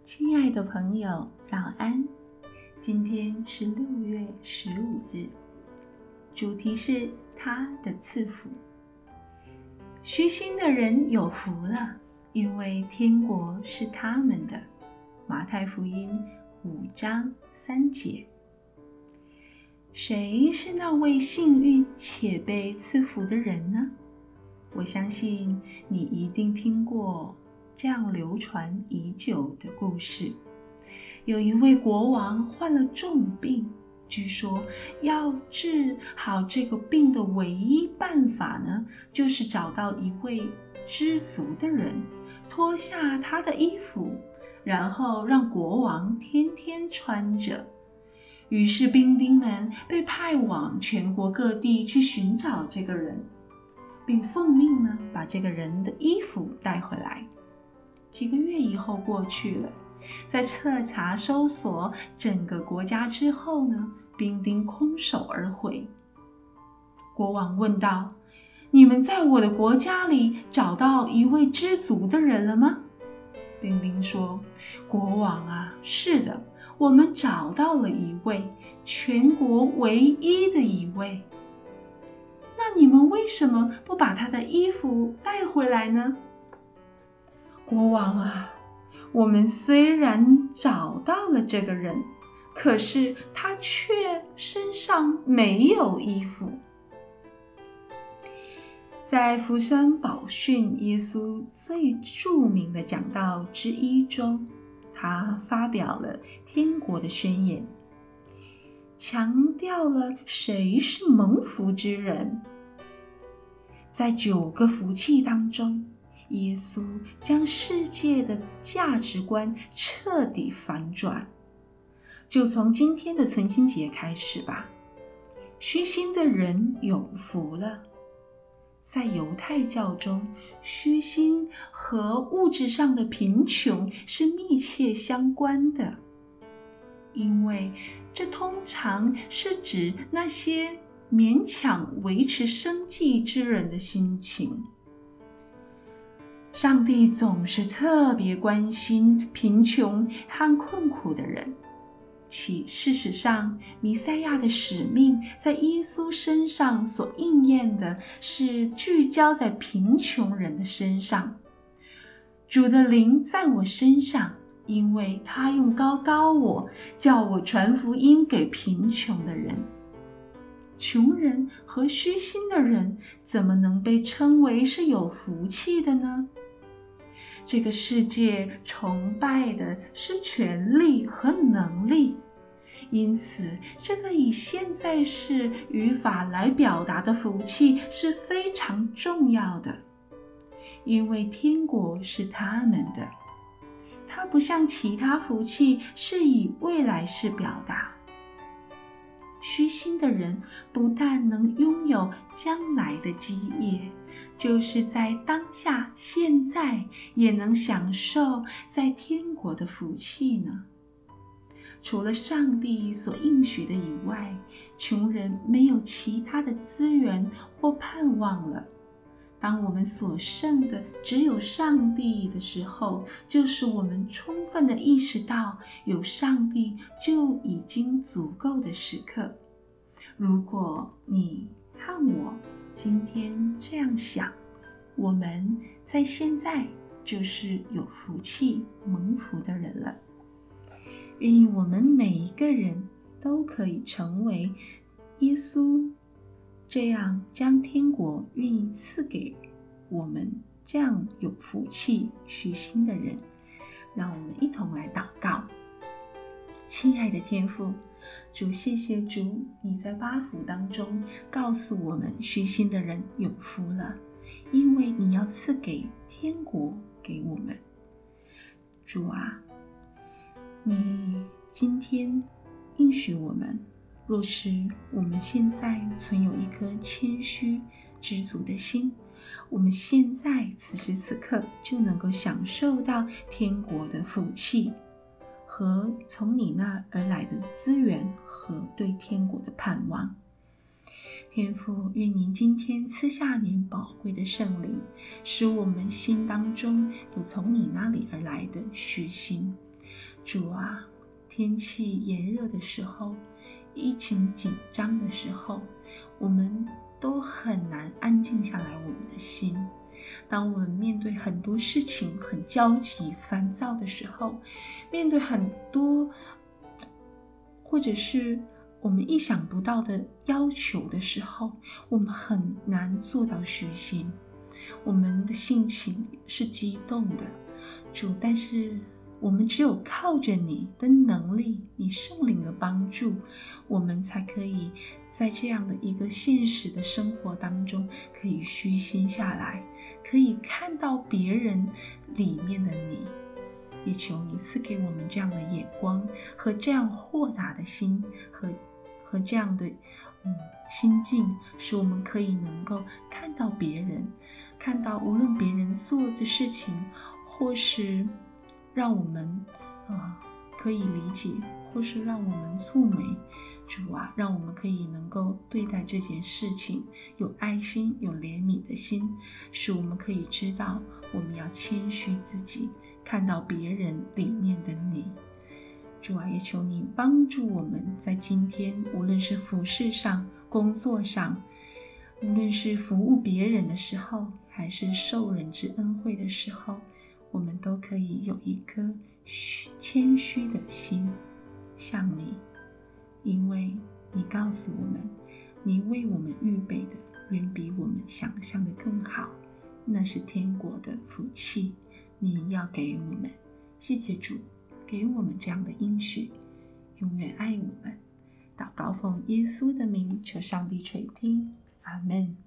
亲爱的朋友，早安！今天是6月15日，主题是他的赐福。虚心的人有福了，因为天国是他们的。马太福音5章3节。谁是那位幸运且被赐福的人呢？我相信你一定听过这样流传已久的故事。有一位国王患了重病，据说要治好这个病的唯一办法呢，就是找到一位知足的人，脱下他的衣服，然后让国王天天穿着。于是兵丁们被派往全国各地去寻找这个人，并奉命呢把这个人的衣服带回来。几个月以后过去了，在彻查搜索整个国家之后呢，兵丁空手而回。国王问道：你们在我的国家里找到一位知足的人了吗？兵丁说：国王啊，是的，我们找到了一位，全国唯一的一位。那你们为什么不把他的衣服带回来呢？国王啊，我们虽然找到了这个人，可是他却身上没有衣服。在福山宝训耶稣最著名的讲道之一中，他发表了天国的宣言，强调了谁是蒙福之人。在9个福气当中，耶稣将世界的价值观彻底反转。就从今天的存心节开始吧。虚心的人有福了。在犹太教中，虚心和物质上的贫穷是密切相关的，因为这通常是指那些勉强维持生计之人的心情。上帝总是特别关心贫穷和困苦的人。事实上，弥赛亚的使命在耶稣身上所应验的是聚焦在贫穷人的身上。主的灵在我身上，因为他用膏膏我，叫我传福音给贫穷的人。穷人和虚心的人怎么能被称为是有福气的呢？这个世界崇拜的是权力和能力，因此这个以现在式语法来表达的福气是非常重要的，因为天国是他们的。它不像其他福气是以未来式表达。虚心的人不但能拥有将来的基业，就是在当下现在也能享受在天国的福气呢。除了上帝所应许的以外，穷人没有其他的资源或盼望了。当我们所剩的只有上帝的时候，就是我们充分的意识到有上帝就已经足够的时刻。如果你和我今天这样想，我们在现在就是有福气蒙福的人了。愿我们每一个人都可以成为耶稣这样将天国愿意赐给我们这样有福气虚心的人。让我们一同来祷告。亲爱的天父，主，谢谢主，你在8福当中告诉我们虚心的人有福了，因为你要赐给天国给我们。主啊，你今天应许我们，若是我们现在存有一颗谦虚知足的心，我们现在此时此刻就能够享受到天国的福气和从你那而来的资源和对天国的盼望。天父，愿您今天赐下您宝贵的圣灵，使我们心当中有从你那里而来的虚心， 主啊，天气炎热的时候，疫情紧张的时候，我们都很难安静下来我们的心。当我们面对很多事情很焦急烦躁的时候，面对很多或者是我们意想不到的要求的时候，我们很难做到虚心，我们的性情是激动的，主，但是我们只有靠着你的能力，你圣灵的帮助，我们才可以在这样的一个现实的生活当中可以虚心下来，可以看到别人里面的你。也求你赐给我们这样的眼光和这样豁达的心和这样的心境，使我们可以能够看到别人，看到无论别人做的事情，或是让我们可以理解，或是让我们蹙眉。主啊，让我们可以能够对待这件事情有爱心有怜悯的心，使我们可以知道我们要谦虚自己，看到别人里面的你。主啊，也求你帮助我们在今天，无论是服事上工作上，无论是服务别人的时候，还是受人之恩惠的时候，我们都可以有一颗谦虚的心向你，因为你告诉我们，你为我们预备的远比我们想象的更好，那是天国的福气，你要给我们。谢谢主给我们这样的应许，永远爱我们。祷告奉耶稣的名，求上帝垂听，阿们。